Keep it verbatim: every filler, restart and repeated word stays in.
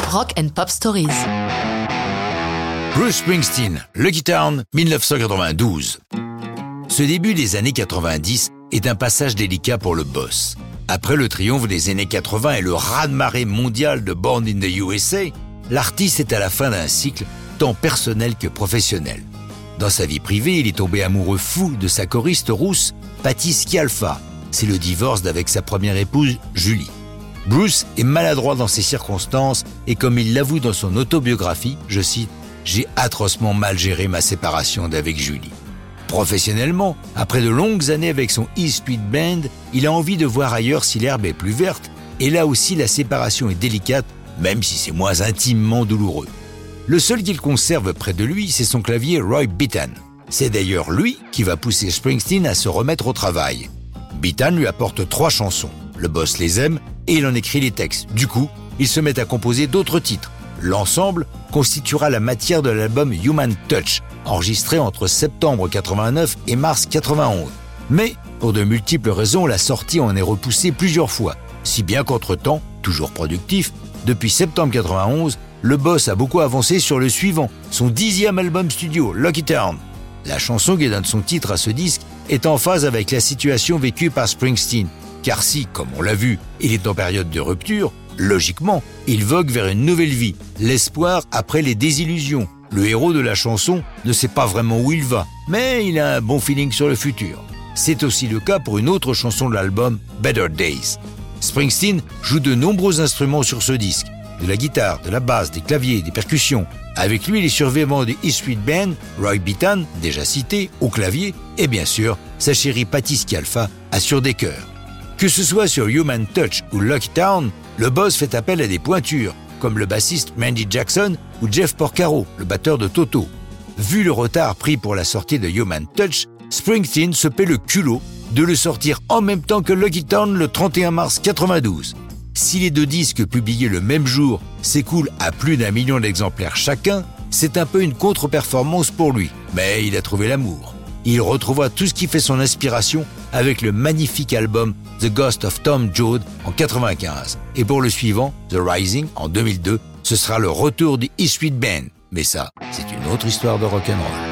Rock and Pop Stories. Bruce Springsteen, Lucky Town, dix-neuf cent quatre-vingt-douze. Ce début des années quatre-vingt-dix est un passage délicat pour le boss. Après le triomphe des années quatre-vingts et le raz-de-marée mondial de Born in the U S A, l'artiste est à la fin d'un cycle tant personnel que professionnel. Dans sa vie privée, il est tombé amoureux fou de sa choriste rousse, Patti Scialfa. C'est le divorce d'avec sa première épouse, Julie. Bruce est maladroit dans ces circonstances et comme il l'avoue dans son autobiographie, je cite, « J'ai atrocement mal géré ma séparation d'avec Julie ». Professionnellement, après de longues années avec son E Street Band, il a envie de voir ailleurs si l'herbe est plus verte et là aussi la séparation est délicate, même si c'est moins intimement douloureux. Le seul qu'il conserve près de lui, c'est son clavier Roy Bittan. C'est d'ailleurs lui qui va pousser Springsteen à se remettre au travail. Bittan lui apporte trois chansons. Le boss les aime et il en écrit les textes. Du coup, il se met à composer d'autres titres. L'ensemble constituera la matière de l'album Human Touch, enregistré entre septembre quatre-vingt-neuf et mars quatre-vingt-onze. Mais, pour de multiples raisons, la sortie en est repoussée plusieurs fois, si bien qu'entre-temps, toujours productif, depuis septembre quatre-vingt-onze, le boss a beaucoup avancé sur le suivant, son dixième album studio, Lucky Town. La chanson qui donne son titre à ce disque est en phase avec la situation vécue par Springsteen, car si, comme on l'a vu, il est en période de rupture, logiquement, il vogue vers une nouvelle vie, l'espoir après les désillusions. Le héros de la chanson ne sait pas vraiment où il va, mais il a un bon feeling sur le futur. C'est aussi le cas pour une autre chanson de l'album, Better Days. Springsteen joue de nombreux instruments sur ce disque, de la guitare, de la basse, des claviers, des percussions. Avec lui, les survivants du E Street Band, Roy Bittan, déjà cité, au clavier, et bien sûr, sa chérie Patti Scialfa assure des chœurs. Que ce soit sur Human Touch ou Lucky Town, le boss fait appel à des pointures, comme le bassiste Mandy Jackson ou Jeff Porcaro, le batteur de Toto. Vu le retard pris pour la sortie de Human Touch, Springsteen se paie le culot de le sortir en même temps que Lucky Town le trente et un mars quatre-vingt-douze. Si les deux disques publiés le même jour s'écoulent à plus d'un million d'exemplaires chacun, c'est un peu une contre-performance pour lui, mais il a trouvé l'amour. Il retrouvera tout ce qui fait son inspiration avec le magnifique album The Ghost of Tom Joad en quatre-vingt-quinze. Et pour le suivant, The Rising en deux mille deux, ce sera le retour du E Street Band. Mais ça, c'est une autre histoire de rock'n'roll.